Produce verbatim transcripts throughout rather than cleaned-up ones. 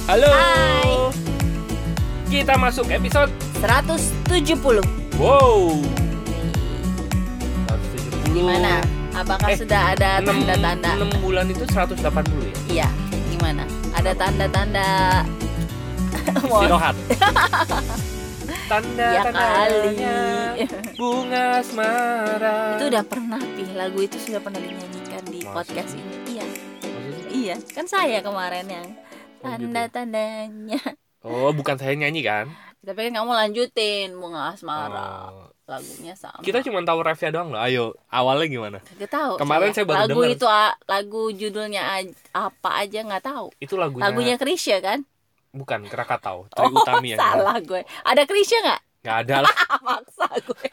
Halo. Hai. Kita masuk episode seratus tujuh puluh. Wow. seratus tujuh puluh. Gimana? Apakah Eh, sudah ada tanda-tanda? enam bulan itu seratus delapan puluh ya? Iya, gimana? Ada tanda-tanda Istirahat. Ya Tanda-tandanya kali. bunga asmara. Itu udah pernah, Pih. Lagu itu sudah pernah dinyanyikan di Masa podcast sih? ini. Iya. Maksudnya? Iya, kan saya kemarin yang Oh, gitu. tanda-tandanya. Oh, bukan saya nyanyi kan? Tapi kan kamu lanjutin Bunga Asmara. Oh. Lagunya sama. Kita cuma tahu refnya doang loh. Ayo, awalnya gimana? Gak tahu. Kemarin saya baru lagu dengar. itu a- lagu judulnya a- apa aja nggak tahu. Itu lagunya, Lagunya Krisya kan? bukan Krakatau, Tri Utami yang salah gue. Ada Krisya nggak? nggak ada lah. Maksa gue.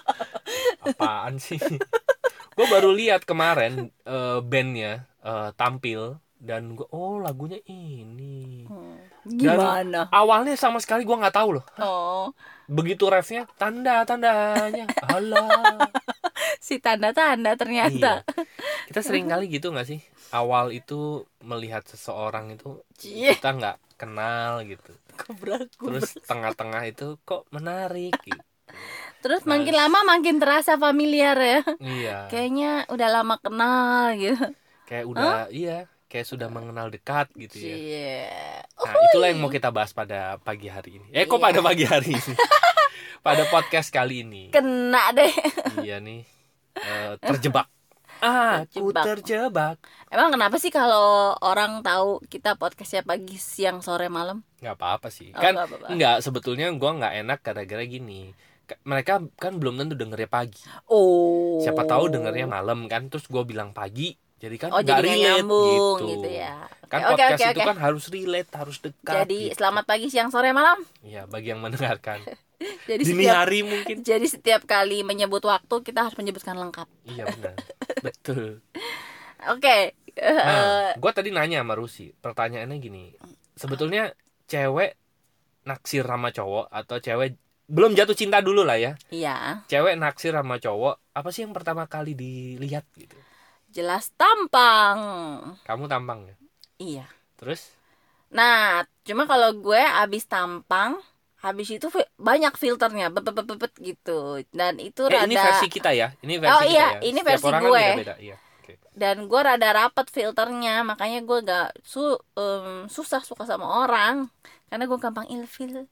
Apaan sih? Gue baru lihat kemarin uh, bandnya uh, tampil dan gue oh lagunya ini. Hmm, Dan Gimana? awalnya sama sekali gue nggak tahu loh. Oh, Begitu refnya tanda tandanya, alah. si tanda-tanda ternyata. Iya. Kita sering kali gitu nggak sih? Awal itu melihat seseorang itu Cie, kita nggak kenal gitu. kubrak Terus tengah-tengah itu kok menarik gitu. Terus Nah, makin lama makin terasa familiar ya. Iya. Kayaknya udah lama kenal gitu. Kayak udah iya, kayak sudah mengenal dekat gitu ya. Cie. Nah, itulah yang mau kita bahas pada pagi hari ini. Eh, kok Iya. pada pagi hari ini? Pada podcast kali ini. Kena deh. Iya nih. eh, terjebak. Ah, aku Terjebak. terjebak. Emang kenapa sih kalau orang tahu kita podcastnya pagi, siang, sore, malam? Nggak apa-apa sih. Oh, Kan nggak apa-apa. nggak sebetulnya gua nggak enak gara-gara gini. K- Mereka kan belum tentu dengernya pagi. Oh. Siapa tahu dengernya malam kan, terus gua bilang pagi. Jadi kan Oh, nggak jadi nggak relate nyambung gitu. gitu ya. Kan Oke, podcast oke, itu oke. kan harus relate, harus dekat. Jadi gitu. selamat pagi, siang, sore, malam. Iya, bagi yang mendengarkan. Jadi Dini setiap hari mungkin. jadi setiap kali menyebut waktu kita harus menyebutkan lengkap. Iya benar. Betul. Oke. eh, Nah, gue tadi nanya sama Rusi, pertanyaannya gini, sebetulnya cewek naksir sama cowok atau cewek belum jatuh cinta dulu lah ya, Iya, cewek naksir sama cowok, apa sih yang pertama kali dilihat gitu? jelas tampang. Kamu tampang ya? Iya. Terus? Nah, cuma kalau gue abis tampang, habis itu fi- banyak filternya, bebet bebet gitu. Dan itu Eh, rada ini versi kita ya, ini versi Oh, kita iya, ya. ini Setiap versi orang kan gue. beda-beda. Iya. Oke. dan gue rada rapet filternya, makanya gue gak su em, susah suka sama orang karena gue gampang ilfil.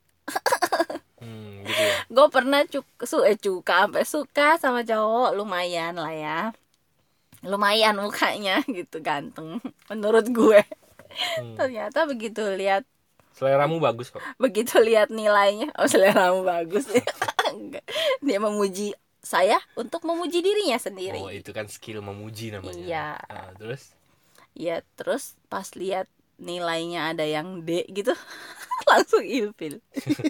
Hmm, gitu ya. Gue pernah cuk su eh cuka sampai suka sama cowok lumayan lah ya. Lumayan mukanya gitu, ganteng menurut gue. Hmm. Ternyata begitu lihat Seleramu bagus kok. begitu lihat nilainya, oh seleramu bagus. Enggak. Dia memuji saya untuk memuji dirinya sendiri. Oh, itu kan skill memuji namanya. Iya. Nah, terus? Ya terus pas lihat nilainya ada yang D gitu, langsung ilfil.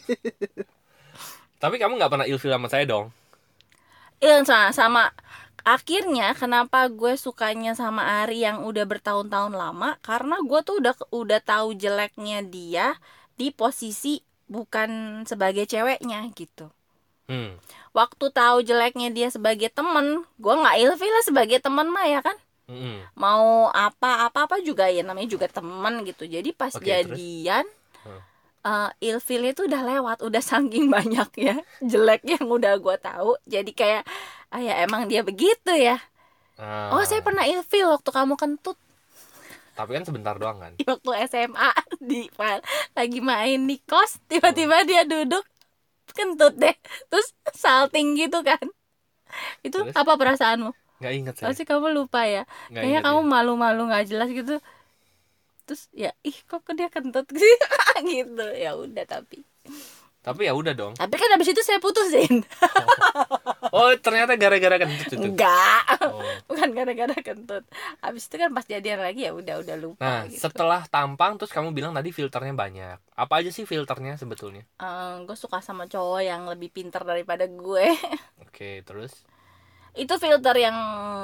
Tapi kamu nggak pernah ilfil sama saya dong? Iya sama, sama akhirnya kenapa gue sukanya sama Ari yang udah bertahun-tahun lama, karena gue tuh udah udah tahu jeleknya dia di posisi bukan sebagai ceweknya gitu. Hmm. Waktu tahu jeleknya dia sebagai temen, gue nggak ilfil lah sebagai temen mah ya kan. Mm-mm. Mau apa apa apa juga ya, namanya juga temen gitu. Jadi pas Oke, jadian Hmm. uh, ilfilnya tuh udah lewat, udah saking banyak ya jelek yang udah gue tahu. Jadi kayak ah ya emang dia begitu ya. Ah. Oh saya pernah ilfil waktu kamu kentut Tapi kan sebentar doang kan. waktu S M A di lagi main di kos, tiba-tiba dia duduk kentut deh, terus salting gitu kan. Itu Terus? apa perasaanmu? Nggak inget saya. Pasti kamu lupa ya. Nggak Kayaknya inget kamu ya. malu-malu nggak jelas gitu. Terus ya ih kok dia kentut sih gitu. Ya udah tapi. Tapi ya udah dong. Tapi kan habis itu saya putusin. Oh, ternyata gara-gara kentut itu. Enggak. Oh. Bukan gara-gara kentut. Habis itu kan pas jadian lagi ya udah udah lupa Nah, gitu. setelah tampang terus kamu bilang tadi filternya banyak. Apa aja sih filternya sebetulnya? Eh, gue suka sama cowok yang lebih pintar daripada gue. Oke, terus? Itu filter yang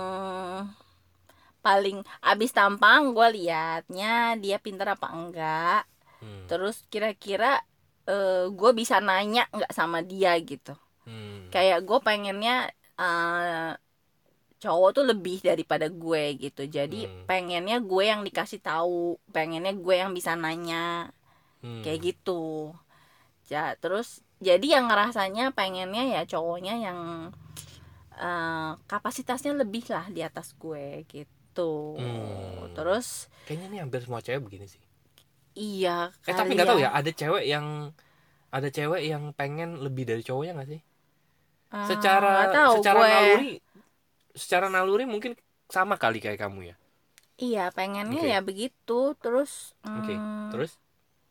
paling abis tampang gue liatnya dia pintar apa enggak. Hmm. Terus kira-kira uh, gue bisa nanya nggak sama dia gitu. Hmm. Kayak gue pengennya uh, cowok tuh lebih daripada gue gitu. Jadi Hmm. pengennya gue yang dikasih tahu, pengennya gue yang bisa nanya. Hmm. Kayak gitu. Ja, terus jadi yang ngerasanya pengennya ya cowoknya yang uh, kapasitasnya lebih lah di atas gue gitu. Hmm. Terus Kayaknya nih hampir semua cewek begini sih. iya Eh tapi kali nggak tahu ya. ya, ada cewek yang ada cewek yang pengen lebih dari cowoknya nggak sih? Ah, Secara nggak tahu secara gue. naluri, secara naluri mungkin sama kali kayak kamu ya. Iya pengennya Oke, ya begitu. Terus oke. hmm, Terus?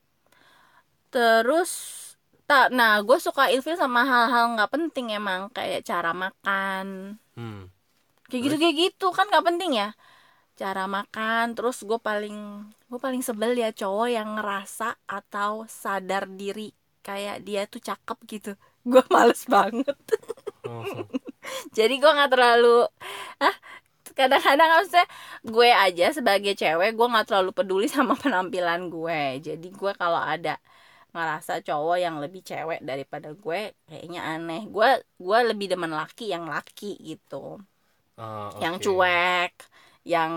terus tak, nah gue suka ilfil sama hal-hal nggak penting emang kayak cara makan Hmm. kayak gitu Terus? kayak gitu kan nggak penting ya, cara makan. Terus gue paling gue paling sebel ya cowok yang ngerasa atau sadar diri kayak dia tuh cakep gitu. Gue males banget. Oh. Jadi gue nggak terlalu ah kadang-kadang maksudnya gue aja sebagai cewek gue nggak terlalu peduli sama penampilan gue. Jadi gue kalau ada ngerasa cowok yang lebih cewek daripada gue kayaknya aneh. Gue gue lebih demen laki yang laki gitu, Ah, yang oke. cuek, yang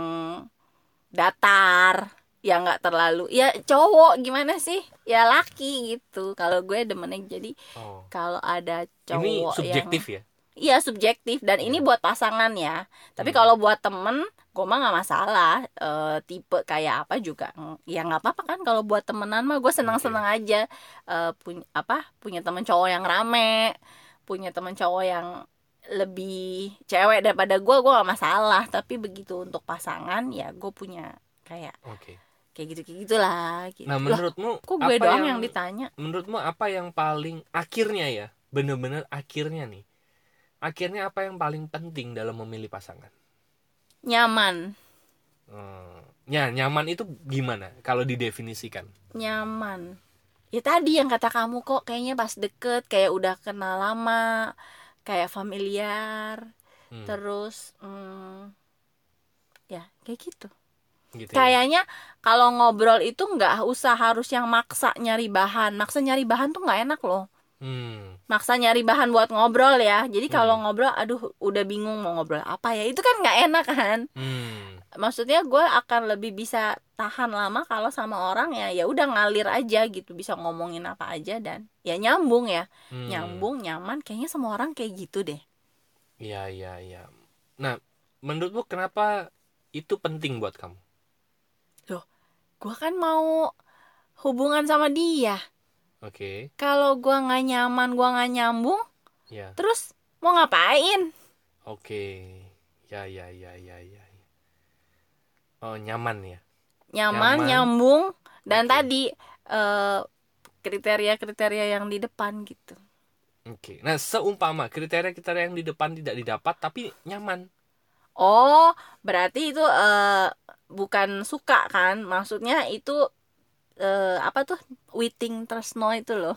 datar, yang nggak terlalu ya cowok gimana sih ya laki gitu. Kalau gue demennya jadi Oh. kalau ada Ini cowok yang subjektif ya? iya subjektif dan ini Ya. buat pasangan ya. Tapi Hmm. kalau buat temen, gue mah nggak masalah. E, tipe kayak apa juga, ya nggak apa-apa kan. Kalau buat temenan mah gue senang-senang Oke. aja. E, punya apa? Punya temen cowok yang rame, punya temen cowok yang lebih cewek daripada gue, gue nggak masalah. Tapi begitu untuk pasangan, ya gue punya kayak Oke. kayak gitu kayak gitulah. Gitu. Nah, Loh, menurutmu kok gue apa doang yang yang ditanya? menurutmu apa yang paling akhirnya ya? Bener-bener akhirnya nih. Akhirnya apa yang paling penting dalam memilih pasangan? Nyaman, Hmm. Ya, nyaman itu gimana kalau didefinisikan? nyaman. Ya tadi yang kata kamu kok kayaknya pas deket kayak udah kenal lama, kayak familiar. Hmm. Terus hmm, ya kayak gitu. Gitu ya. Kayaknya kalau ngobrol itu nggak usah harus yang maksa nyari bahan. Maksa nyari bahan tuh nggak enak loh. Hmm. Maksa nyari bahan buat ngobrol ya. Jadi kalau Hmm. ngobrol, aduh udah bingung mau ngobrol apa ya. Itu kan nggak enak kan. Hmm. Maksudnya gue akan lebih bisa tahan lama kalau sama orang ya ya udah ngalir aja gitu, bisa ngomongin apa aja dan ya nyambung ya. Hmm. Nyambung, nyaman, kayaknya semua orang kayak gitu deh. Iya, iya, iya. Nah, menurutmu kenapa itu penting buat kamu? Loh, gue kan mau hubungan sama dia. Oke. Kalau gue nggak nyaman, gue nggak nyambung, Ya. terus mau ngapain? Oke. Ya, ya, ya, ya, ya. Oh, nyaman ya. Nyaman, Nyaman. nyambung, dan Oke. tadi eh, kriteria-kriteria yang di depan gitu. Oke. Nah, seumpama kriteria-kriteria yang di depan tidak didapat tapi nyaman. Oh, berarti itu eh, bukan suka kan? Maksudnya itu eh, apa tuh? Witing tresno itu loh.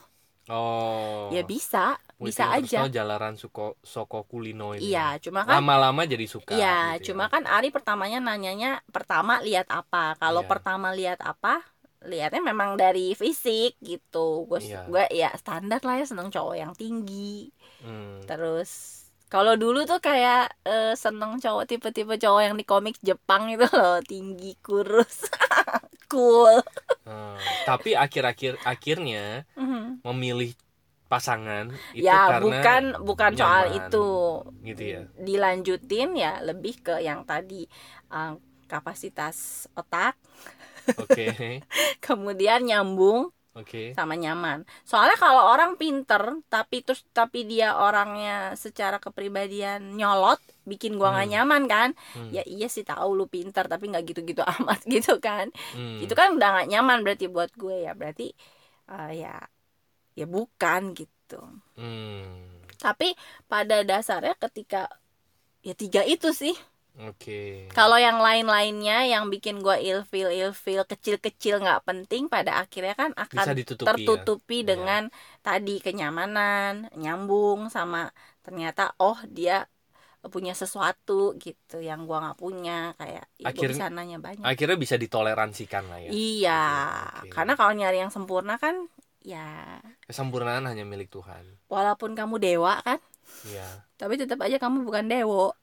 Oh. Ya bisa, bisa Witing aja. Tresno Jalaran Suko Soko Kulino ini. Iya, cuma kan Lama-lama jadi suka. iya, gitu cuma ya. kan Ari pertamanya nanyanya pertama lihat apa. Kalau Iya. pertama lihat apa? Lihatnya memang dari fisik gitu. Gue Iya. gue ya standar lah ya, seneng cowok yang tinggi. Hmm. Terus kalau dulu tuh kayak eh, seneng cowok tipe-tipe cowok yang di komik Jepang itu loh, tinggi, kurus. Cool. Hmm. Tapi akhir-akhir akhirnya Mhm. memilih pasangan itu Ya karena bukan bukan soal nyaman, itu. gitu ya. Dilanjutin ya lebih ke yang tadi eh, kapasitas otak, Oke. kemudian nyambung Oke. sama nyaman. Soalnya kalau orang pinter tapi terus tapi dia orangnya secara kepribadian nyolot, bikin gua nggak Hmm. nyaman kan? Hmm. Ya iya sih tahu lu pinter tapi nggak gitu-gitu amat gitu kan? Hmm. Itu kan udah nggak nyaman berarti buat gue ya. Berarti eh, ya ya bukan gitu. Hmm. Tapi pada dasarnya ketika ya tiga itu sih. Oke. Kalau yang lain-lainnya yang bikin gue ilfil ilfil kecil-kecil nggak penting, pada akhirnya kan Bisa akan ditutupi tertutupi ya. dengan tadi kenyamanan, nyambung sama ternyata oh dia punya sesuatu gitu yang gue nggak punya, kayak ya gue Akhir- bisa nanya banyak. Akhirnya bisa ditoleransikan lah ya. Iya, Oke, oke. karena kalau nyari yang sempurna kan ya Kesempurnaan hanya milik Tuhan. walaupun kamu dewa kan, Iya. tapi tetap aja kamu bukan dewo.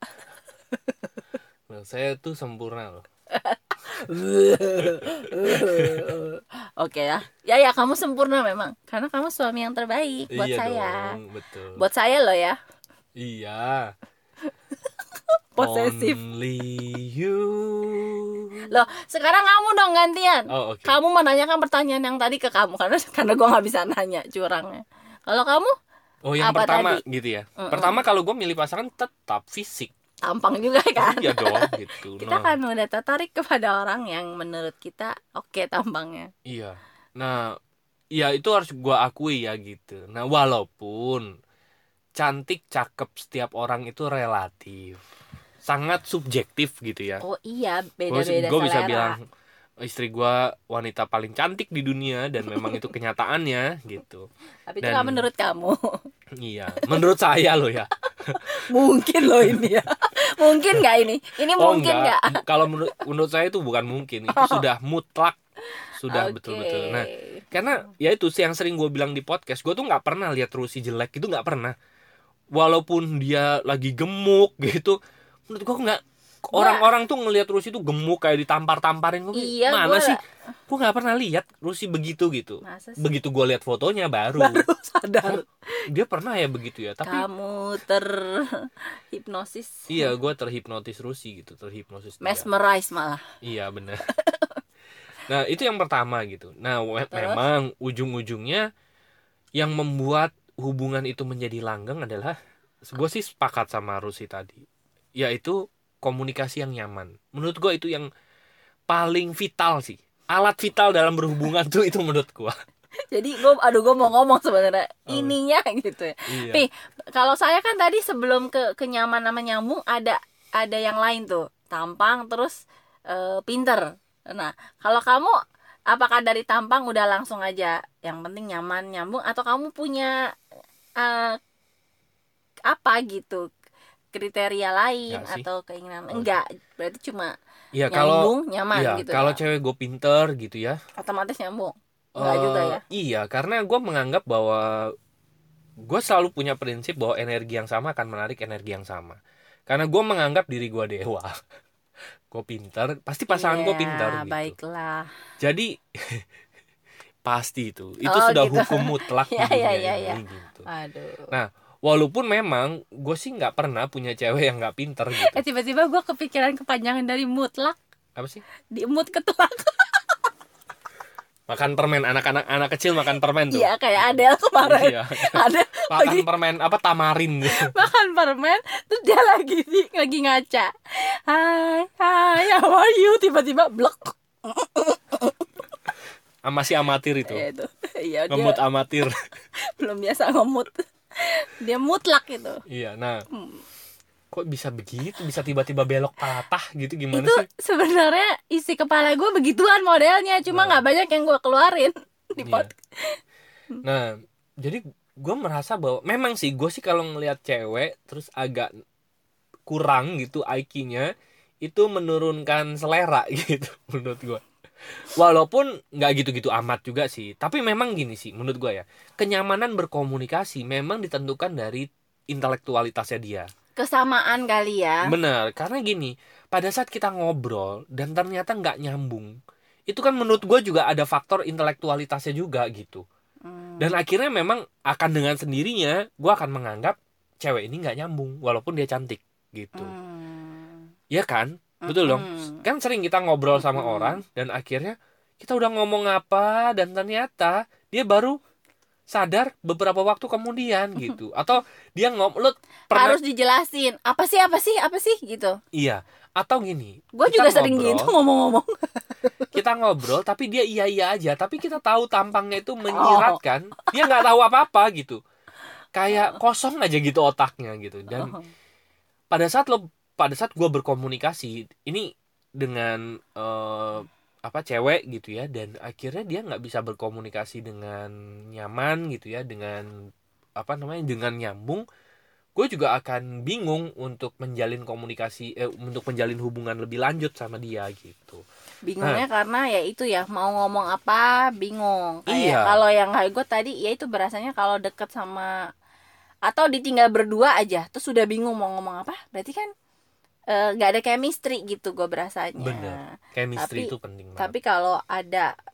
Nah, saya tuh sempurna loh. Oke ya. Ya ya kamu sempurna memang. Karena kamu suami yang terbaik buat Iya saya. dong, betul. Buat saya loh ya. Iya. Posesif. Only you. Loh, sekarang kamu dong gantian. Oh, oke. Kamu menanyakan pertanyaan yang tadi ke kamu karena karena gue nggak bisa nanya curangnya. Kalau kamu Oh, yang apa pertama tadi? gitu ya. Mm-mm. Pertama kalau gue milih pasangan tetap fisik. tampang juga kan? Iya dong, gitu. Kita Nah, kan udah tertarik kepada orang yang menurut kita oke tampangnya. iya. Nah, ya itu harus gue akui ya gitu. Nah, walaupun cantik, cakep setiap orang itu relatif, sangat subjektif gitu ya. Oh iya, Gue beda-beda bisa selera. bilang istri gue wanita paling cantik di dunia dan memang itu kenyataannya gitu. Tapi itu Dan- nggak menurut kamu. Iya, menurut saya loh ya. Mungkin loh ini ya. Mungkin nggak ini? Ini Oh mungkin enggak, nggak? kalau menurut menurut saya itu bukan mungkin, itu sudah mutlak, sudah Oke. betul-betul. Nah, karena ya itu sih yang sering gue bilang di podcast, gue tuh nggak pernah lihat Rusi jelek, itu nggak pernah. Walaupun dia lagi gemuk gitu, menurut gue nggak. Orang-orang tuh ngelihat Rusi tuh gemuk kayak ditampar-tamparin, gue Iya, mana gua- sih? Gue nggak pernah lihat Rusi begitu gitu. Masa sih? Begitu gue lihat fotonya baru, Baru sadar dia pernah ya begitu ya. Tapi kamu terhipnosis, iya, gue terhipnotis Rusi gitu, terhipnosis dia. mesmerize malah. Iya benar. Nah itu yang pertama gitu. Nah we- Terus? memang ujung-ujungnya yang membuat hubungan itu menjadi langgeng adalah, gue sih sepakat sama Rusi tadi, yaitu komunikasi yang nyaman. Menurut gue itu yang paling vital sih. Alat vital dalam berhubungan tuh itu menurut gue. Jadi gue, aduh gue mau ngomong sebenarnya Oh. ininya gitu ya. Iya. Pi, kalau saya kan tadi sebelum ke kenyaman sama nyambung ada ada yang lain tuh, tampang terus eh, pinter. Nah, kalau kamu apakah dari tampang udah langsung aja yang penting nyaman nyambung atau kamu punya eh, apa gitu kriteria lain Nggak sih. atau keinginan? Oh. Enggak, berarti cuma Ya kalau nyambung nyaman iya, gitu. kalau ya. cewek gue pinter gitu ya. Otomatis nyambung. Enggak eh, juga ya. Iya, karena gue menganggap bahwa gue selalu punya prinsip bahwa energi yang sama akan menarik energi yang sama. Karena gue menganggap diri gue dewa. Gue pintar, pasti pasangan gue Iya, pintar gitu. baiklah. Jadi pasti itu, itu Oh, sudah gitu. hukum mutlak di Iya, dunia iya, iya, ini gitu. Aduh. Nah, walaupun memang gue sih nggak pernah punya cewek yang nggak pintar gitu. Eh tiba-tiba gue kepikiran kepanjangan dari mutlak Apa sih? di mut ketelak. Makan permen, anak-anak anak kecil makan permen tuh. Iya kayak Adele kemarin. Iya. Ada Makan lagi permen apa tamarin gitu. makan permen terus dia lagi lagi ngaca. Hai, hai, how are you? Tiba-tiba blek. Sama si amatir itu. Ya itu. Iya dia Ngemut amatir. belum biasa ngemut. Dia mutlak itu. Iya, nah. Hmm. Kok bisa begitu? Bisa tiba-tiba belok patah gitu gimana Itu sih? sebenarnya isi kepala gue begituan modelnya, cuma Nah. nggak banyak yang gue keluarin di Iya. pot. Nah, jadi gue merasa bahwa memang sih gue sih kalau ngelihat cewek terus agak kurang gitu I Q-nya, itu menurunkan selera gitu menurut gue. Walaupun nggak gitu-gitu amat juga sih, tapi memang gini sih menurut gue ya, kenyamanan berkomunikasi memang ditentukan dari intelektualitasnya dia. Kesamaan kali ya. Bener, karena gini, pada saat kita ngobrol dan ternyata nggak nyambung, itu kan menurut gue juga ada faktor intelektualitasnya juga gitu. Hmm. Dan akhirnya memang akan dengan sendirinya gue akan menganggap cewek ini nggak nyambung walaupun dia cantik gitu. Hmm. Ya kan? Betul dong. Mm-mm. Kan sering kita ngobrol sama Mm-mm. orang dan akhirnya kita udah ngomong apa dan ternyata dia baru sadar beberapa waktu kemudian gitu. Atau dia ngom lu pernah Harus dijelasin apa sih apa sih apa sih gitu. iya, atau gini. Gue kita juga sering ngobrol, gitu ngomong-ngomong. Kita ngobrol tapi dia iya iya aja, tapi kita tahu tampangnya itu menyiratkan. Dia nggak tahu apa-apa gitu. Kayak kosong aja gitu otaknya gitu. Dan Oh. pada saat lo pada saat gue berkomunikasi ini dengan eh, apa cewek gitu ya, dan akhirnya dia nggak bisa berkomunikasi dengan nyaman gitu ya, dengan apa namanya dengan nyambung, gue juga akan bingung untuk menjalin komunikasi eh, untuk menjalin hubungan lebih lanjut sama dia gitu. Bingungnya karena ya itu ya mau ngomong apa bingung. Kayak Iya. kalau yang kayak gue tadi ya itu berasanya kalau deket sama atau ditinggal berdua aja terus sudah bingung mau ngomong apa, berarti kan nggak ada chemistry gitu gue berasanya. Bener. Chemistry Tapi- itu penting banget. Tapi kalau ada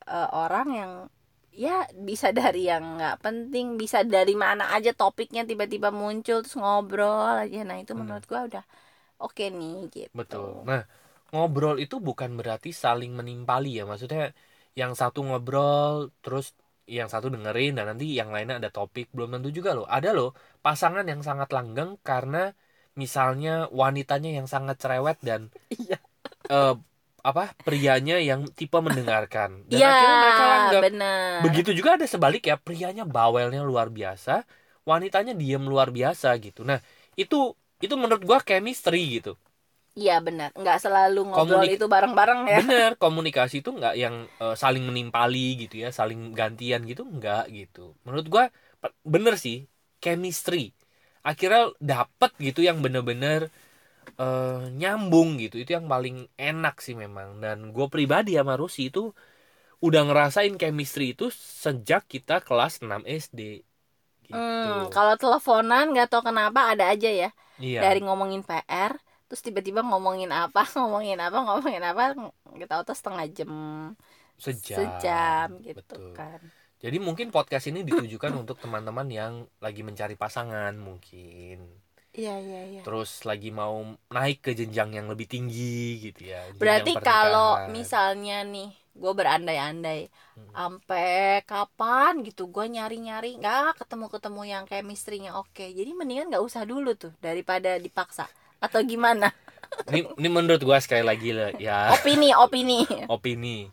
uh, orang yang ya bisa dari yang nggak penting, bisa dari mana aja topiknya tiba-tiba muncul terus ngobrol aja. Nah itu menurut Hmm. gue udah oke nih gitu. Betul. Nah, ngobrol itu bukan berarti saling menimpali ya. Maksudnya yang satu ngobrol terus yang satu dengerin dan nanti yang lainnya ada topik, belum tentu juga loh. Ada loh pasangan yang sangat langgeng karena misalnya wanitanya yang sangat cerewet dan Iya. eh, apa prianya yang tipe mendengarkan dan Iya, akhirnya mereka langgeng. bener. Begitu juga ada sebalik ya, prianya bawelnya luar biasa, wanitanya diem luar biasa gitu. Nah, itu itu menurut gua chemistry gitu. Iya benar, nggak selalu ngobrol Komunik itu bareng-bareng ya. Bener, komunikasi itu nggak yang eh, saling menimpali gitu ya, saling gantian gitu, nggak gitu. Menurut gua pe- bener sih, chemistry. Akhirnya dapet gitu yang bener-bener eh, nyambung gitu. Itu yang paling enak sih memang. Dan gue pribadi sama Rusi itu udah ngerasain chemistry itu sejak kita kelas enam S D Hmm, gitu. kalau teleponan nggak tahu kenapa ada aja ya. Dari Iya, ngomongin P R, terus tiba-tiba ngomongin apa, ngomongin apa, ngomongin apa, kita tahu setengah jam, sejam. sejam gitu Betul. kan. Jadi mungkin podcast ini ditujukan untuk teman-teman yang lagi mencari pasangan mungkin. Iya iya iya. Terus lagi mau naik ke jenjang yang lebih tinggi gitu ya, jenjang Berarti kalau pernikahan. misalnya nih, gue berandai-andai, Hmm. sampai kapan gitu gue nyari-nyari nggak ketemu-ketemu yang chemistry-nya oke. Jadi mendingan nggak usah dulu tuh daripada dipaksa. Atau gimana? Ini, ini menurut gua sekali lagi lah ya, Opini, opini. opini.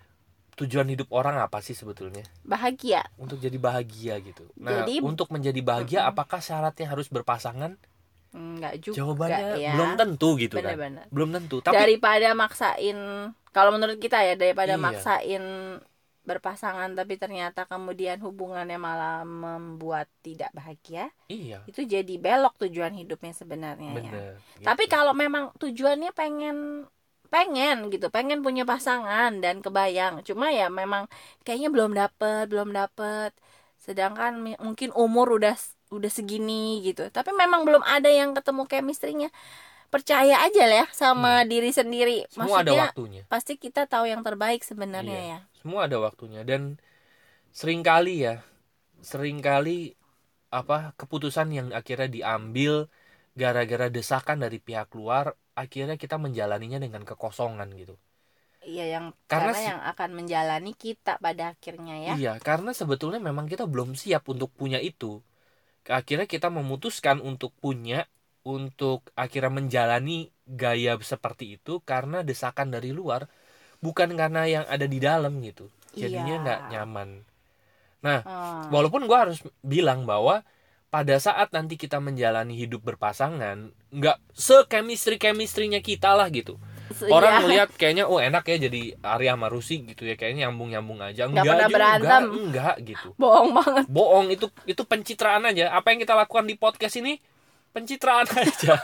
Tujuan hidup orang apa sih sebetulnya? Bahagia. Untuk jadi bahagia gitu. Nah, Jadi untuk menjadi bahagia mm-mm, apakah syaratnya harus berpasangan? nggak juga Jawabannya ya. belum tentu gitu kan. Bener-bener. Belum tentu. Tapi Daripada maksain, kalau menurut kita ya, daripada iya, maksain berpasangan tapi ternyata kemudian hubungannya malah membuat tidak bahagia, iya, itu jadi belok tujuan hidupnya sebenarnya ya. bener. Tapi Gitu. kalau memang tujuannya pengen pengen gitu, pengen punya pasangan dan kebayang, cuma ya memang kayaknya belum dapet, belum dapet. Sedangkan mi- mungkin umur udah udah segini gitu, tapi memang belum ada yang ketemu chemistry-nya. Percaya aja lah ya Iya, sama diri sendiri. semua ada Maksudnya waktunya. pasti kita tahu yang terbaik sebenarnya Iya, ya. semua ada waktunya dan seringkali ya, seringkali apa keputusan yang akhirnya diambil gara-gara desakan dari pihak luar, akhirnya kita menjalaninya dengan kekosongan gitu. Iya, yang Karena karena yang akan menjalani kita pada akhirnya ya. iya, karena sebetulnya memang kita belum siap untuk punya itu. Akhirnya kita memutuskan untuk punya, untuk akhirnya menjalani gaya seperti itu karena desakan dari luar, bukan karena yang ada di dalam gitu. Iya. Jadinya nggak nyaman. Nah, Hmm. walaupun gue harus bilang bahwa pada saat nanti kita menjalani hidup berpasangan, nggak se-chemistry-chemistry-nya kita lah gitu. So, Orang ya, ngelihat kayaknya oh enak ya jadi Arya sama Rusi gitu ya, kayaknya nyambung-nyambung aja. nggak Enggak pernah juga, berantem. enggak gitu. Bohong banget. Bohong, itu itu pencitraan aja. Apa yang kita lakukan di podcast ini pencitraan aja.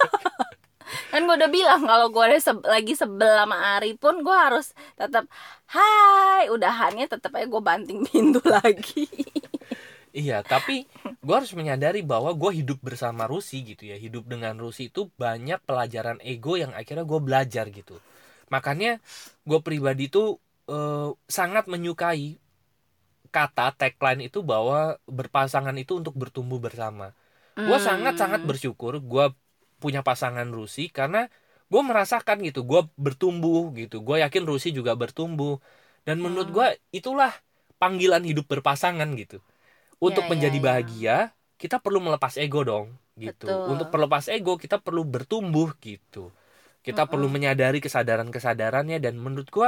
Kan gue udah bilang kalau gue ada se- lagi sebel sama Ari pun gue harus tetap hai, udahannya tetap aja gue banting pintu lagi. Iya, tapi gue harus menyadari bahwa gue hidup bersama Rusi gitu ya. Hidup dengan Rusi itu banyak pelajaran ego yang akhirnya gue belajar gitu. Makanya gue pribadi tuh eh, sangat menyukai kata tagline itu bahwa berpasangan itu untuk bertumbuh bersama. Gue sangat-sangat Hmm. bersyukur gue punya pasangan Rusi karena gue merasakan gitu, gue bertumbuh gitu. Gue yakin Rusi juga bertumbuh. Dan menurut gue Hmm. itulah panggilan hidup berpasangan gitu. Untuk Ya ya menjadi ya. bahagia, kita perlu melepas ego dong gitu. Untuk Betul. melepas ego, kita perlu bertumbuh gitu. Kita perlu Mm-mm. menyadari kesadaran-kesadarannya dan menurut gue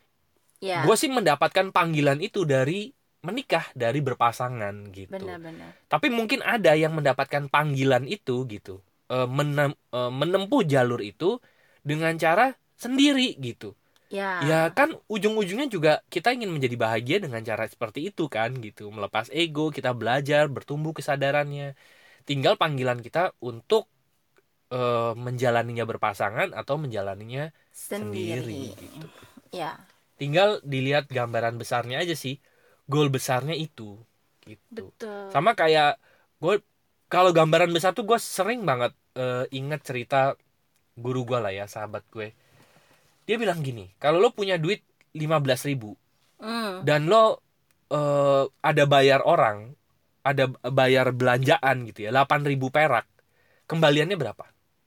Ya, gue sih mendapatkan panggilan itu dari menikah, dari berpasangan gitu. benar-benar. Tapi mungkin ada yang mendapatkan panggilan itu gitu, e, menem- e, menempuh jalur itu dengan cara sendiri gitu. Ya. Ya kan ujung-ujungnya juga kita ingin menjadi bahagia dengan cara seperti itu kan gitu. Melepas ego, kita belajar, bertumbuh kesadarannya. Tinggal panggilan kita untuk e, menjalaninya berpasangan atau menjalaninya sendiri Sendiri. gitu. Ya, Tinggal dilihat gambaran besarnya aja sih, goal besarnya itu gitu. betul. Sama kayak gue, kalau gambaran besar tuh gue sering banget eh, inget cerita guru gue lah ya, sahabat gue. Dia bilang gini, kalau lo punya duit lima belas ribu, Hmm. dan lo uh, ada bayar orang, ada bayar belanjaan gitu ya, delapan ribu perak, kembaliannya berapa?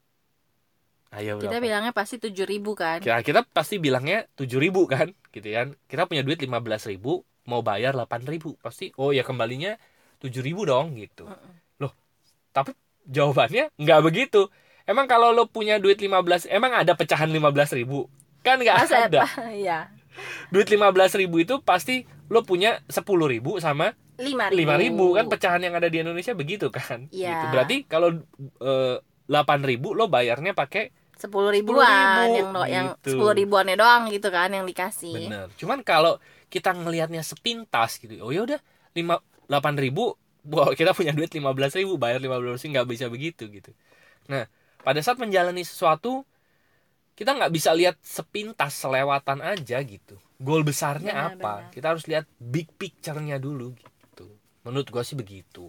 Ayo Kita berapa? bilangnya pasti tujuh ribu kan. Kita, kita pasti bilangnya tujuh ribu kan, gitu kan. Kita punya duit lima belas ribu, mau bayar delapan ribu, pasti oh ya kembalinya tujuh ribu dong gitu. Loh, tapi jawabannya nggak begitu. Emang kalau lo punya duit lima belas, emang ada pecahan lima belas ribu? Kan nggak Masa ada. ya. Duit lima belas ribu itu pasti lo punya sepuluh ribu sama lima ribu. lima ribu kan, pecahan yang ada di Indonesia begitu kan. Ya. Gitu. Berarti kalau eh, delapan ribu lo bayarnya pakai sepuluh ribuan ribu, yang do- yang gitu. sepuluh ribuannya doang gitu kan yang dikasih. Bener. Cuman kalau kita ngelihatnya sepintas gitu, oh ya udah lima delapan ribu, wah kita punya duit lima belas ribu, bayar lima belas ribu, nggak bisa begitu gitu. Nah, pada saat menjalani sesuatu, kita nggak bisa lihat sepintas, selewatan aja gitu. Goal besarnya Benar, apa? benar. Kita harus lihat big picture-nya dulu gitu. Menurut gua sih begitu.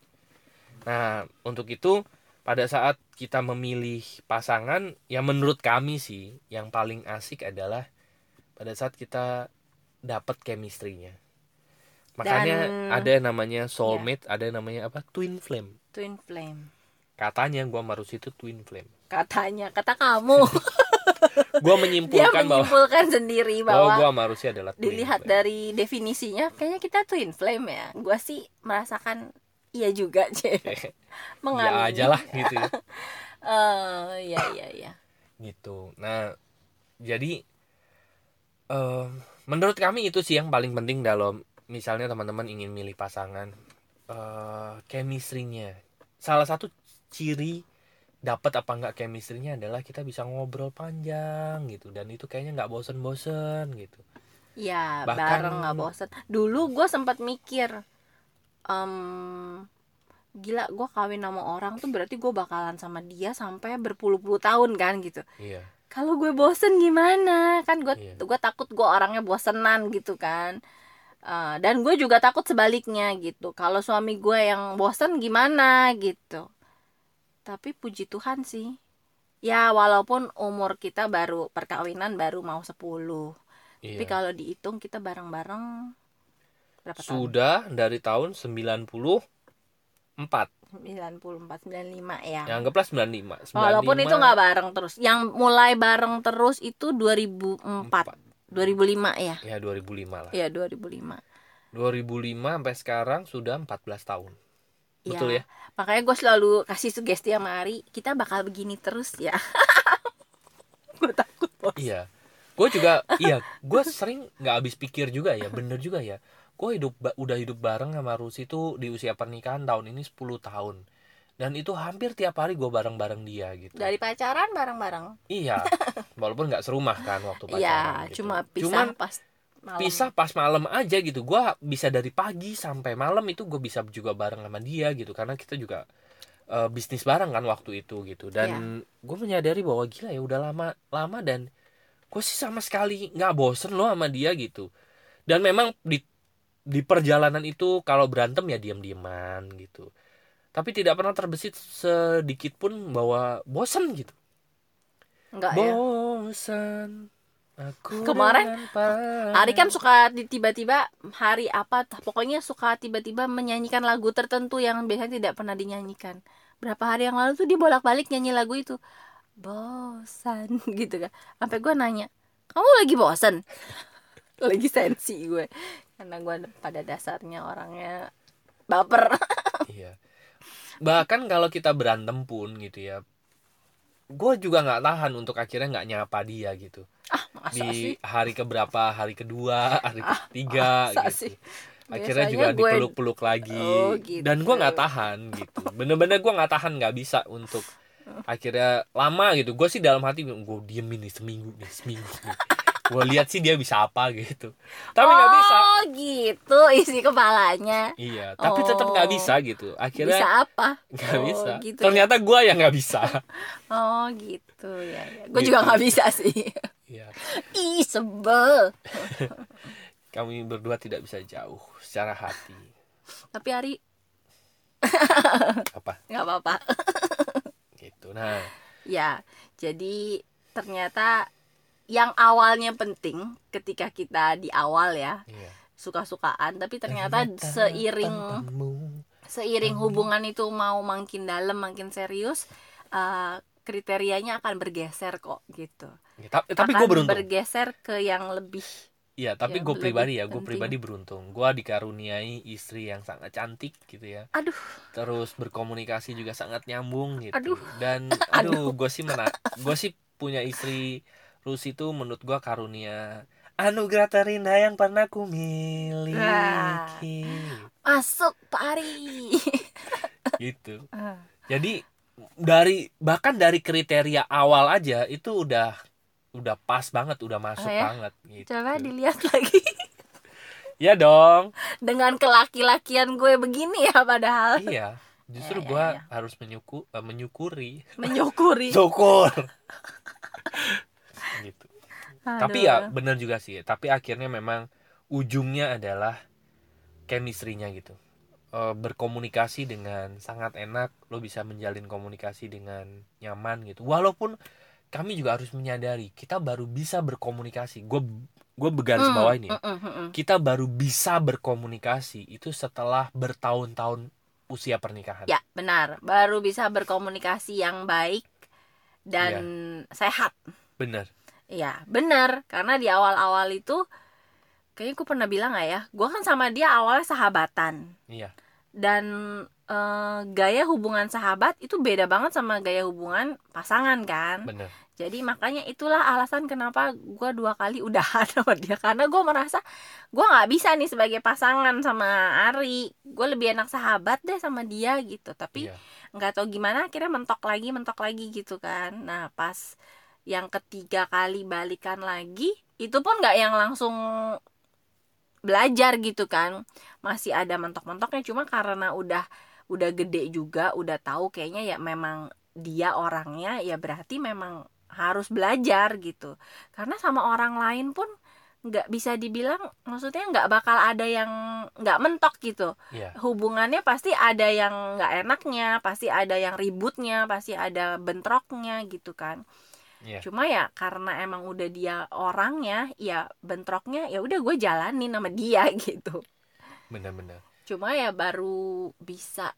Nah, untuk itu pada saat kita memilih pasangan, ya menurut kami sih yang paling asik adalah pada saat kita dapat chemistry-nya. Makanya Dan- ada yang namanya soulmate, ada yang namanya apa? Twin flame. Twin flame. Katanya gua sama Rusi itu twin flame. Katanya, kata kamu. Gua Dia menyimpulkan bahwa menyimpulkan sendiri bahwa bahwa gua sama Rusi adalah twin dilihat flame. dari definisinya kayaknya kita twin flame ya. Gua sih merasakan iya juga, C. Ya Mengamini. aja lah gitu ya. Eh, iya iya iya. Gitu. Nah, jadi eh, menurut kami itu sih yang paling penting dalam misalnya teman-teman ingin milih pasangan, eh chemistry-nya. Salah satu ciri dapat apa enggak chemistry-nya adalah kita bisa ngobrol panjang gitu, dan itu kayaknya nggak bosen-bosen gitu. Iya, Bahkan- bareng nggak bosen. Dulu gue sempat mikir, em, gila gue kawin sama orang tuh berarti gue bakalan sama dia sampai berpuluh-puluh tahun kan gitu. Iya. Kalau gue bosen gimana? Kan gue Iya. gue takut gue orangnya bosenan gitu kan. Eh, dan gue juga takut sebaliknya gitu. Kalau suami gue yang bosen gimana gitu. Tapi puji Tuhan sih. Ya walaupun umur kita baru perkawinan baru mau sepuluh. Tapi Iya. kalau dihitung kita bareng-bareng berapa tahun? Sudah dari tahun sembilan puluh empat. sembilan puluh empat, sembilan puluh lima ya. Ya anggaplah sembilan puluh lima. Walaupun itu nggak bareng terus. Yang mulai bareng terus itu dua ribu empat, dua ribu lima ya. Ya dua ribu lima lah. Ya dua ribu lima. dua ribu lima sampai sekarang sudah empat belas tahun. Betul ya? Makanya gue selalu kasih sugesti sama Ari, kita bakal begini terus ya. Gue takut bos. Iya. Gue juga iya, gue sering nggak habis pikir juga ya, bener juga ya. Gue hidup udah hidup bareng sama Rusi tuh di usia pernikahan tahun ini sepuluh tahun. Dan itu hampir tiap hari gue bareng-bareng dia gitu. Dari pacaran bareng-bareng. Iya. Walaupun nggak serumah kan waktu pacaran. Iya, gitu. cuma pisah Cuman pas malam. pisah pas malam aja gitu. Gue bisa dari pagi sampai malam itu gue bisa juga bareng sama dia gitu, karena kita juga uh, bisnis bareng kan waktu itu gitu. Dan gue menyadari bahwa gila ya udah lama lama dan gue sih sama sekali nggak bosen loh sama dia gitu. Dan memang di di perjalanan itu kalau berantem ya diam-diaman gitu, tapi tidak pernah terbesit sedikit pun bahwa bosen gitu. Enggak ya. Bosan aku Kemarin dengan Ari kan suka di- tiba-tiba hari apa pokoknya suka tiba-tiba menyanyikan lagu tertentu yang biasanya tidak pernah dinyanyikan. Berapa hari yang lalu tuh dia bolak-balik nyanyi lagu itu. Bosan gitu kan. Sampai gue nanya, "Kamu lagi bosan?" Lagi sensi gue. Karena gue pada dasarnya orangnya baper. Iya. Bahkan kalau kita berantem pun gitu ya, gue juga nggak tahan untuk akhirnya nggak nyapa dia gitu. Ah, masa Di sih? hari keberapa, hari kedua, hari ketiga masa gitu. sih? Akhirnya Biasanya juga gue- dipeluk-peluk lagi. Oh, gitu. Dan gue nggak tahan gitu. Bener-bener gue nggak tahan, nggak bisa untuk akhirnya lama gitu. Gue sih dalam hati gue diemin nih seminggu nih seminggu nih. Gue lihat sih dia bisa apa gitu. Tapi nggak oh, bisa. gitu isi kepalanya. Iya, tapi tetap nggak Oh. bisa gitu. Akhirnya Bisa apa? nggak Oh, bisa. gitu ya. Ternyata gue yang nggak bisa. Oh gitu ya, ya. Gue Gitu. juga nggak bisa sih. Iya. Ih sebel. Kami berdua tidak bisa jauh secara hati. Tapi Ari Apa? nggak apa-apa. Gitu. Nah, Ya jadi ternyata yang awalnya penting ketika kita di awal ya Iya. suka-sukaan, tapi ternyata seiring seiring hubungan itu mau makin dalam makin serius, uh, kriterianya akan bergeser kok gitu. Ya, tapi tapi gue Akan beruntung. bergeser ke yang lebih. Iya, tapi yang gue lebih pribadi ya, gue penting. pribadi beruntung. Gue dikaruniai istri yang sangat cantik gitu ya. Aduh, Terus berkomunikasi juga sangat nyambung gitu. Aduh. Dan aduh, gue sih mena, gue sih punya istri Rusi itu menurut gue karunia anugerah terindah yang pernah ku miliki. masuk Pari. Gitu. Ah. Jadi dari bahkan dari kriteria awal aja itu udah udah pas banget, udah masuk Oh ya? banget gitu. Coba dilihat lagi. Ya dong. Dengan kelaki-lakian gue begini ya padahal. Iya, justru Ya, ya, gue ya. harus menyuku, uh, menyukuri, Menyukuri. syukur, gitu. Aduh. Tapi ya benar juga sih. Tapi akhirnya memang ujungnya adalah chemistry-nya gitu. Uh, berkomunikasi dengan sangat enak, lo bisa menjalin komunikasi dengan nyaman gitu. Walaupun kami juga harus menyadari kita baru bisa berkomunikasi. Gue gue begaris Mm, bawah ini. mm, mm, mm, mm. Kita baru bisa berkomunikasi itu setelah bertahun-tahun usia pernikahan. Ya benar, baru bisa berkomunikasi yang baik dan sehat. Bener. Iya benar, karena di awal-awal itu kayaknya gue pernah bilang gak ya, gue kan sama dia awalnya sahabatan. Iya. Dan eh, gaya hubungan sahabat itu beda banget sama gaya hubungan pasangan kan. Bener. Jadi makanya itulah alasan kenapa gue dua kali udahan sama dia, karena gue merasa gue nggak bisa nih sebagai pasangan sama Ari, gue lebih enak sahabat deh sama dia gitu. Tapi Iya. nggak tahu gimana akhirnya mentok lagi mentok lagi gitu kan. Nah pas yang ketiga kali balikan lagi itu pun nggak yang langsung belajar gitu kan, masih ada mentok-mentoknya, cuma karena udah udah gede juga, udah tahu kayaknya ya memang dia orangnya ya berarti memang harus belajar gitu. Karena sama orang lain pun nggak bisa dibilang, maksudnya nggak bakal ada yang nggak mentok gitu. Iya. Hubungannya pasti ada yang nggak enaknya, pasti ada yang ributnya, pasti ada bentroknya gitu kan. Iya. Cuma ya karena emang udah dia orangnya, ya bentroknya ya udah gue jalanin sama dia gitu. Bener-bener. Cuma ya baru bisa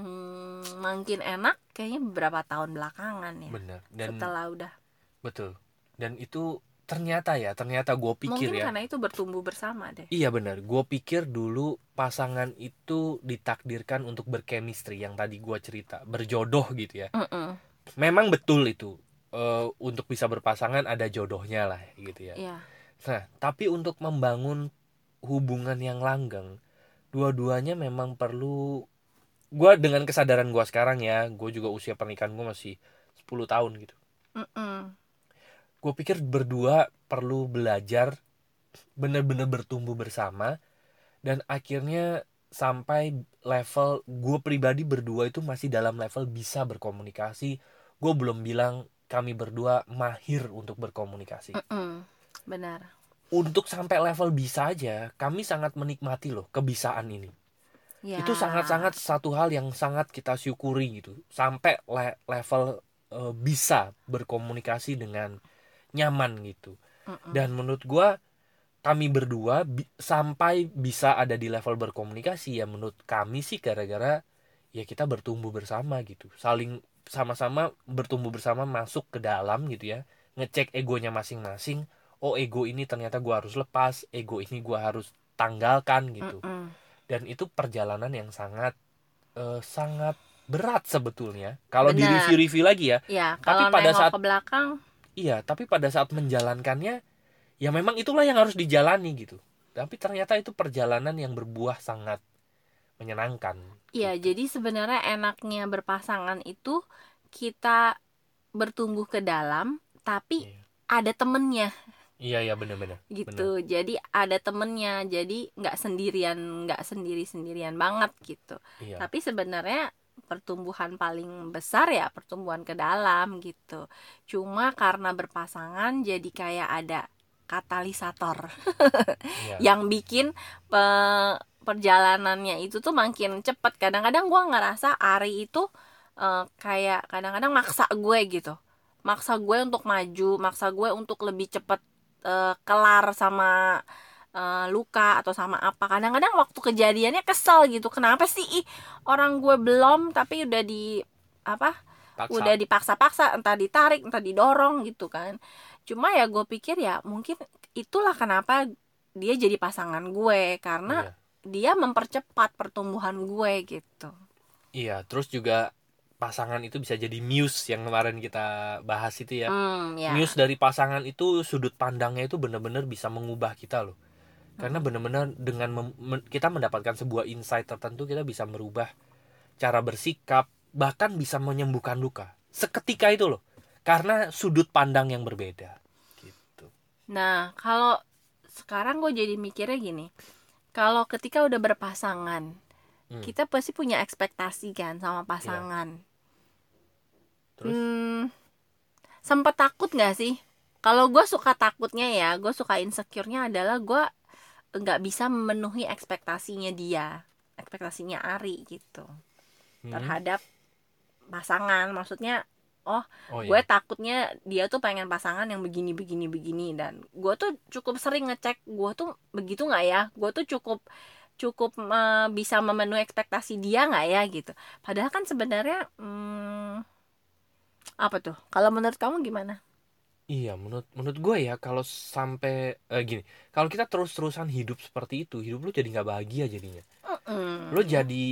hmm, makin enak kayaknya beberapa tahun belakangan ya. Bener. Dan Setelah udah. betul. Dan itu ternyata ya, ternyata gue pikir Mungkin ya. karena itu bertumbuh bersama deh. Iya bener. Gue pikir dulu pasangan itu ditakdirkan untuk berchemistry yang tadi gue cerita, berjodoh gitu ya. Mm-mm. Memang betul itu. Uh, untuk bisa berpasangan ada jodohnya lah gitu ya. Iya. Nah, tapi untuk membangun hubungan yang langgeng, dua-duanya memang perlu. Gue dengan kesadaran gue sekarang ya, gue juga usia pernikahan gue masih sepuluh tahun gitu. Mm-mm. Gue pikir berdua perlu belajar bener-bener bertumbuh bersama, dan akhirnya sampai level gue pribadi berdua itu masih dalam level bisa berkomunikasi. Gue belum bilang kami berdua mahir untuk berkomunikasi. Mm-mm. Benar. Untuk sampai level bisa aja, kami sangat menikmati loh kebisaan ini. Ya. Itu sangat-sangat satu hal yang sangat kita syukuri gitu. Sampai le- level e, bisa berkomunikasi dengan nyaman gitu. Mm-mm. Dan menurut gua kami berdua bi- sampai bisa ada di level berkomunikasi ya menurut kami sih gara-gara ya kita bertumbuh bersama gitu. Saling sama-sama bertumbuh bersama, masuk ke dalam gitu ya, ngecek egonya masing-masing. Oh ego ini ternyata gue harus lepas, ego ini gue harus tanggalkan gitu. Mm-mm. Dan itu perjalanan yang sangat uh, sangat berat sebetulnya kalau di Benar. review-review lagi ya. Ya, Tapi kalau pada nengok saat ke belakang, iya, tapi pada saat menjalankannya ya memang itulah yang harus dijalani gitu. Tapi ternyata itu perjalanan yang berbuah sangat menyenangkan. ya gitu. jadi sebenarnya enaknya berpasangan itu kita bertumbuh ke dalam, tapi Iya. ada temennya Iya iya benar-benar. gitu. Benar. Jadi ada temennya, jadi nggak sendirian, nggak sendiri sendirian banget gitu. Iya. Tapi sebenarnya pertumbuhan paling besar ya pertumbuhan ke dalam gitu. Cuma karena berpasangan jadi kayak ada katalisator Iya. yang bikin pe- perjalanannya itu tuh makin cepet. Kadang-kadang gue ngerasa Ari itu eh, kayak kadang-kadang maksa gue gitu, maksa gue untuk maju, maksa gue untuk lebih cepat uh, kelar sama uh, luka atau sama apa. Kadang-kadang waktu kejadiannya kesel gitu, kenapa sih ih, orang gue belum tapi udah di apa Paksa. udah dipaksa-paksa, entah ditarik entah didorong gitu kan. Cuma ya gue pikir ya mungkin itulah kenapa dia jadi pasangan gue, karena Iya. dia mempercepat pertumbuhan gue gitu. Iya, terus juga pasangan itu bisa jadi muse yang kemarin kita bahas itu ya. Hmm, ya. Muse dari pasangan itu sudut pandangnya itu benar-benar bisa mengubah kita loh. Karena benar-benar dengan mem- men- kita mendapatkan sebuah insight tertentu, kita bisa merubah cara bersikap, bahkan bisa menyembuhkan luka. Seketika itu loh. Karena sudut pandang yang berbeda gitu. Nah, kalau sekarang gue jadi mikirnya gini. Kalau ketika udah berpasangan, hmm. kita pasti punya ekspektasi kan sama pasangan. Ya. Terus? Hmm, sempet takut gak sih? Kalau gue suka takutnya ya, gue suka insecure-nya adalah gue gak bisa memenuhi ekspektasinya dia, ekspektasinya Ari gitu, hmm. terhadap pasangan. Maksudnya, oh, oh gue iya. takutnya dia tuh pengen pasangan yang begini, begini, begini. Dan gue tuh cukup sering ngecek, gue tuh begitu gak ya? Gue tuh cukup cukup uh, bisa memenuhi ekspektasi dia gak ya gitu. Padahal kan sebenarnya hmm, apa tuh? Kalau menurut kamu gimana? Iya, menurut menurut gue ya, kalau sampai eh, gini, kalau kita terus-terusan hidup seperti itu, hidup lu jadi nggak bahagia jadinya. Mm-mm, lu ya. jadi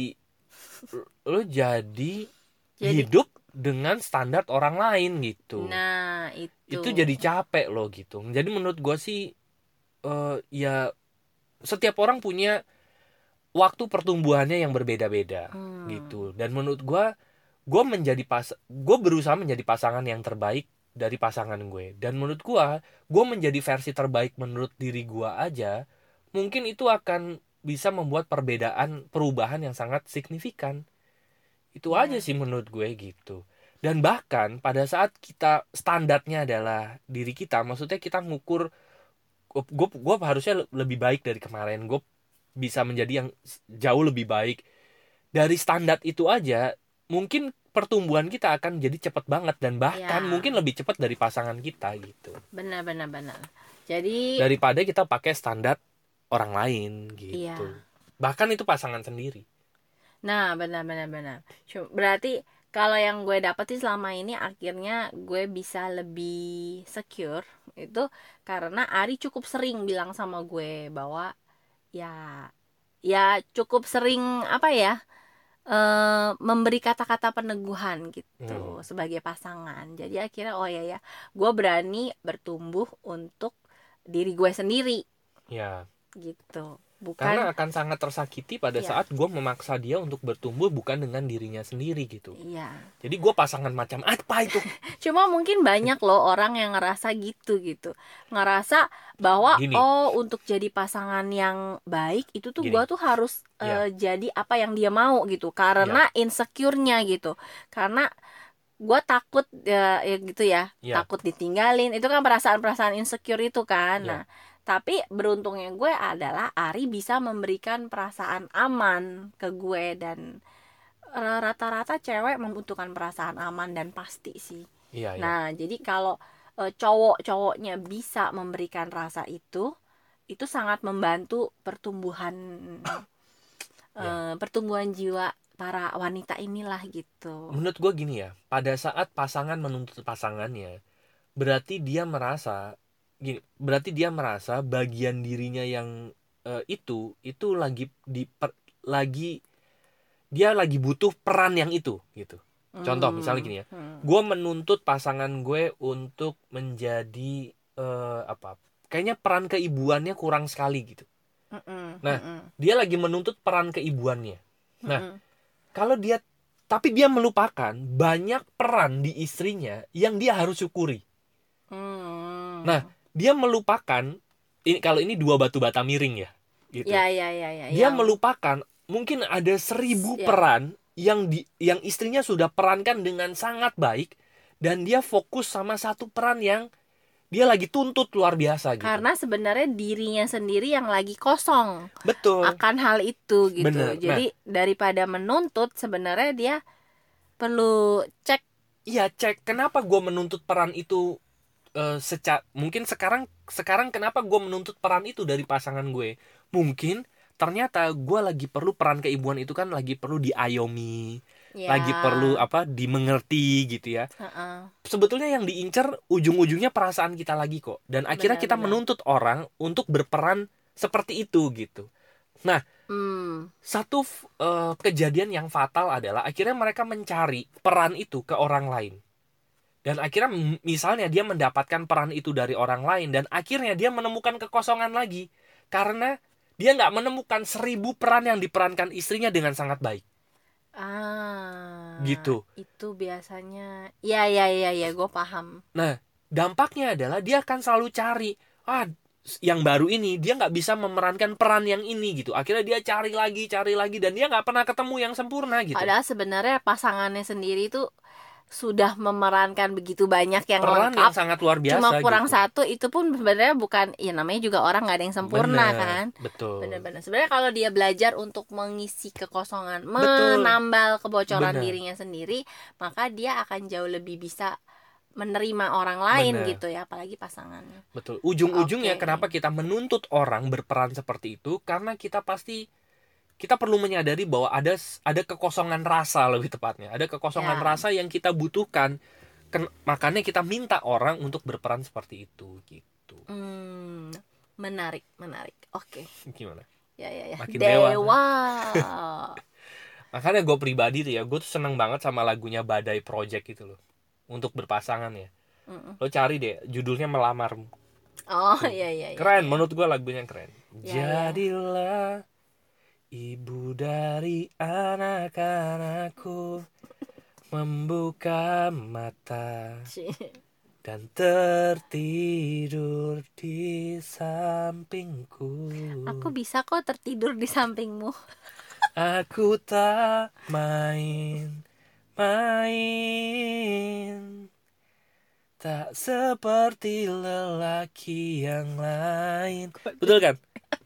lu jadi, jadi hidup dengan standar orang lain gitu. Nah, itu. Itu jadi capek lo gitu. Jadi menurut gue sih uh, ya setiap orang punya waktu pertumbuhannya yang berbeda-beda hmm. gitu. Dan menurut gue, gue menjadi pas, gue berusaha menjadi pasangan yang terbaik dari pasangan gue. Dan menurut gue, gue menjadi versi terbaik menurut diri gue aja, mungkin itu akan bisa membuat perbedaan, perubahan yang sangat signifikan. Itu yeah. aja sih menurut gue gitu. Dan bahkan pada saat kita standarnya adalah diri kita, maksudnya kita ngukur, gue, gue harusnya lebih baik dari kemarin, gue bisa menjadi yang jauh lebih baik. Dari standar itu aja, mungkin pertumbuhan kita akan jadi cepat banget, dan bahkan ya. mungkin lebih cepat dari pasangan kita gitu. Benar benar benar. Jadi daripada kita pakai standar orang lain gitu. Ya. Bahkan itu pasangan sendiri. Nah, benar benar benar. Berarti kalau yang gue dapetin selama ini akhirnya gue bisa lebih secure itu karena Ari cukup sering bilang sama gue bahwa ya ya cukup sering apa ya? Uh, memberi kata-kata peneguhan gitu hmm. sebagai pasangan. Jadi akhirnya oh ya ya, gue berani bertumbuh untuk diri gue sendiri. Ya. Gitu. Bukan. Karena akan sangat tersakiti pada ya. saat gue memaksa dia untuk bertumbuh bukan dengan dirinya sendiri gitu. Iya. Jadi gue pasangan macam apa itu? Cuma mungkin banyak loh orang yang ngerasa gitu gitu, ngerasa bahwa Gini. oh untuk jadi pasangan yang baik itu tuh gue tuh harus ya. uh, jadi apa yang dia mau gitu, karena ya. insecure-nya gitu, karena gue takut ya, ya gitu ya, ya, takut ditinggalin, itu kan perasaan-perasaan insecure itu kan. Ya. Nah, tapi beruntungnya gue adalah Ari bisa memberikan perasaan aman ke gue, dan rata-rata cewek membutuhkan perasaan aman dan pasti sih. Iya, nah, iya. jadi kalau e, cowok-cowoknya bisa memberikan rasa itu, itu sangat membantu pertumbuhan iya. e, pertumbuhan jiwa para wanita inilah gitu. Menurut gue gini ya, pada saat pasangan menuntut pasangannya, berarti dia merasa gini, berarti dia merasa bagian dirinya yang e, itu itu lagi di per, lagi dia lagi butuh peran yang itu gitu. Contoh misalnya gini ya, hmm. gue menuntut pasangan gue untuk menjadi uh, apa? Kayaknya peran keibuannya kurang sekali gitu. Mm-mm. Nah, Mm-mm. dia lagi menuntut peran keibuannya. Nah, Mm-mm. kalau dia, tapi dia melupakan banyak peran di istrinya yang dia harus syukuri. Mm. Nah, dia melupakan ini, kalau ini dua batu bata miring ya. Gitu. Ya, ya, ya, ya. Dia yang... melupakan mungkin ada seribu ya. peran yang di yang istrinya sudah perankan dengan sangat baik, dan dia fokus sama satu peran yang dia lagi tuntut luar biasa gitu. Karena sebenarnya dirinya sendiri yang lagi kosong. Betul. Akan hal itu gitu. Bener. Jadi nah, daripada menuntut, sebenarnya dia perlu cek iya cek kenapa gue menuntut peran itu uh, seca mungkin sekarang sekarang kenapa gue menuntut peran itu dari pasangan gue. Mungkin ternyata gue lagi perlu peran keibuan itu kan lagi perlu diayomi, Ya. lagi perlu apa dimengerti gitu ya. Uh-uh. Sebetulnya yang diincar ujung-ujungnya perasaan kita lagi kok. Dan akhirnya kita Benar-benar. menuntut orang untuk berperan seperti itu gitu. Nah, Hmm. satu uh, kejadian yang fatal adalah akhirnya mereka mencari peran itu ke orang lain. Dan akhirnya m- misalnya dia mendapatkan peran itu dari orang lain dan akhirnya dia menemukan kekosongan lagi karena dia nggak menemukan seribu peran yang diperankan istrinya dengan sangat baik. Ah, Gitu. itu biasanya. Ya, ya, ya, ya, gue paham. Nah, dampaknya adalah dia akan selalu cari, ah, yang baru ini dia nggak bisa memerankan peran yang ini gitu. Akhirnya dia cari lagi, cari lagi, dan dia nggak pernah ketemu yang sempurna gitu. Padahal sebenarnya pasangannya sendiri tuh sudah memerankan begitu banyak yang Peran lengkap. yang sangat luar biasa. Cuma kurang gitu. satu, itu pun sebenarnya bukan, ya namanya juga orang nggak ada yang sempurna. Bener, kan. Betul. Benar-benar. Sebenarnya kalau dia belajar untuk mengisi kekosongan, Betul. menambal kebocoran Bener. dirinya sendiri, maka dia akan jauh lebih bisa menerima orang lain. Bener. Gitu ya, apalagi pasangannya. Betul. Ujung-ujungnya Oke. kenapa kita menuntut orang berperan seperti itu? Karena kita pasti kita perlu menyadari bahwa ada ada kekosongan rasa, lebih tepatnya. Ada kekosongan Ya. rasa yang kita butuhkan. Ken- makanya kita minta orang untuk berperan seperti itu gitu. Hmm, menarik, menarik. Oke. Gimana? Ya, ya, ya. Makin dewa. Dewa. Makanya gue pribadi tuh ya, gue tuh seneng banget sama lagunya Badai Project itu loh. Untuk berpasangan ya. Mm-mm. Lo cari deh, judulnya Melamarmu. Oh, iya, iya, iya. Keren, menurut gue lagunya keren. Ya, ya. Jadilah ibu dari anak-anakku, membuka mata dan tertidur di sampingku. Aku bisa kok tertidur di sampingmu. Aku tak main main, tak seperti lelaki yang lain. Betul kan?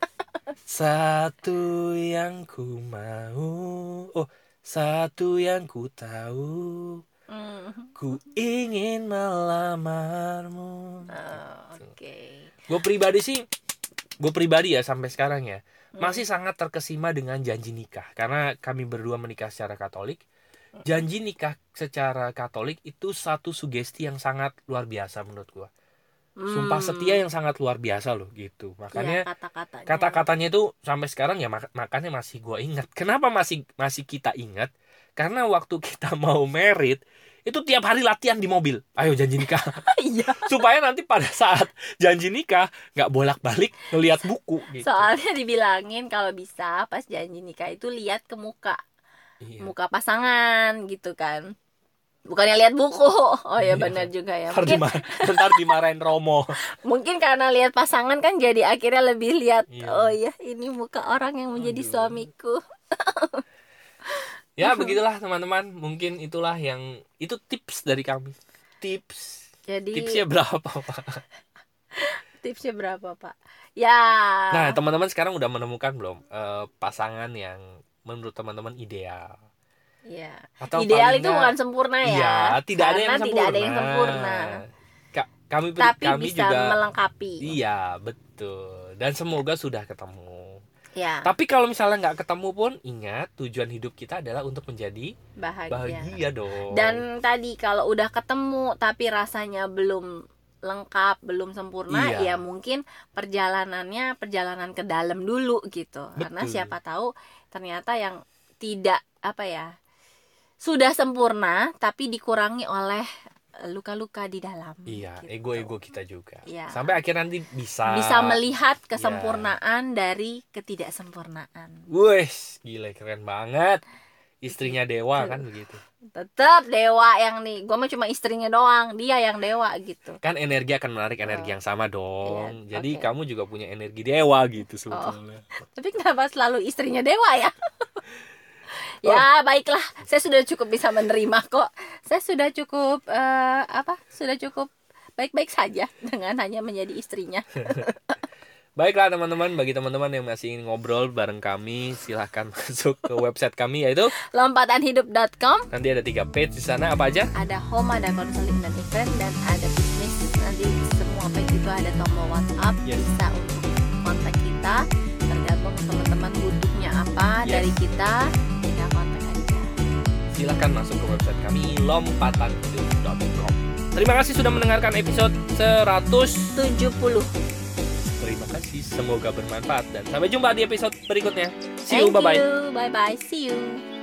Satu yang ku mau, oh satu yang ku tahu, Mm. ku ingin melamarmu. Oh, Oke. Gue pribadi sih, gue pribadi ya sampai sekarang ya masih sangat terkesima dengan janji nikah karena kami berdua menikah secara Katolik. Janji nikah secara Katolik itu satu sugesti yang sangat luar biasa menurut gue. Sumpah setia yang sangat luar biasa loh gitu. Makanya Ya, kata-katanya. kata-katanya itu sampai sekarang ya mak- makanya masih gue ingat. Kenapa masih masih kita ingat? Karena waktu kita mau merit itu tiap hari latihan di mobil. Ayo janji nikah. Iya. Supaya nanti pada saat janji nikah nggak bolak-balik ngelihat buku gitu. Soalnya dibilangin kalau bisa pas janji nikah itu lihat ke muka. Iya. Muka pasangan gitu kan. Bukannya lihat buku. Oh ya, Iya. benar juga ya. Ntar, Mungkin, dimar- ntar dimarahin Romo. mungkin karena lihat pasangan kan jadi akhirnya lebih lihat. Iya. Oh ya, ini muka orang yang menjadi Aduh. suamiku. Ya begitulah teman-teman. Mungkin itulah yang itu tips dari kami. Tips. Jadi Tipsnya berapa Pak? tipsnya berapa Pak? Ya. Nah teman-teman sekarang udah menemukan belum eh, pasangan yang menurut teman-teman ideal? Ya. Atau Ideal paling itu nggak- bukan sempurna ya. Iya, tidak ada Karena yang tidak sempurna. ada yang sempurna. Ka- kami Tapi kami bisa juga melengkapi. Iya betul. Dan semoga sudah ketemu. Ya. Tapi kalau misalnya nggak ketemu pun ingat tujuan hidup kita adalah untuk menjadi Bahagia. bahagia dong. Dan tadi kalau udah ketemu tapi rasanya belum lengkap, belum sempurna, Iya. ya mungkin perjalanannya perjalanan ke dalam dulu gitu. Karena Betul. siapa tahu ternyata yang tidak apa ya, sudah sempurna tapi dikurangi oleh luka-luka di dalam. Iya, gitu. ego-ego kita juga. Iya. Sampai akhirnya nanti bisa Bisa melihat Iya. kesempurnaan dari ketidaksempurnaan. Wes, gila keren banget. Istrinya dewa kan begitu. Tetap dewa yang nih, gue mah cuma istrinya doang, dia yang dewa gitu. Kan energi akan menarik energi Oh. yang sama dong. Iya, Jadi oke. kamu juga punya energi dewa gitu sebetulnya. Tapi kenapa selalu istrinya dewa ya? Oh. Ya baiklah, saya sudah cukup bisa menerima kok. Saya sudah cukup eh, apa? Sudah cukup baik-baik saja dengan hanya menjadi istrinya. Baiklah teman-teman, bagi teman-teman yang masih ingin ngobrol bareng kami, silahkan masuk ke website kami yaitu lompatan hidup dot com. Nanti ada tiga page di sana, apa aja? Ada home, ada konseling dan event, dan ada bisnis. Nanti semua page itu ada tombol WhatsApp, Yes. bisa untuk kontak kita. Tergantung teman-teman butuhnya apa Yes. dari kita, tinggal kontak aja. Silahkan masuk ke website kami lompatan hidup dot com. Terima kasih sudah mendengarkan episode seratus tujuh puluh. Terima kasih, semoga bermanfaat dan sampai jumpa di episode berikutnya. See Thank you, bye-bye. you, bye bye, see you.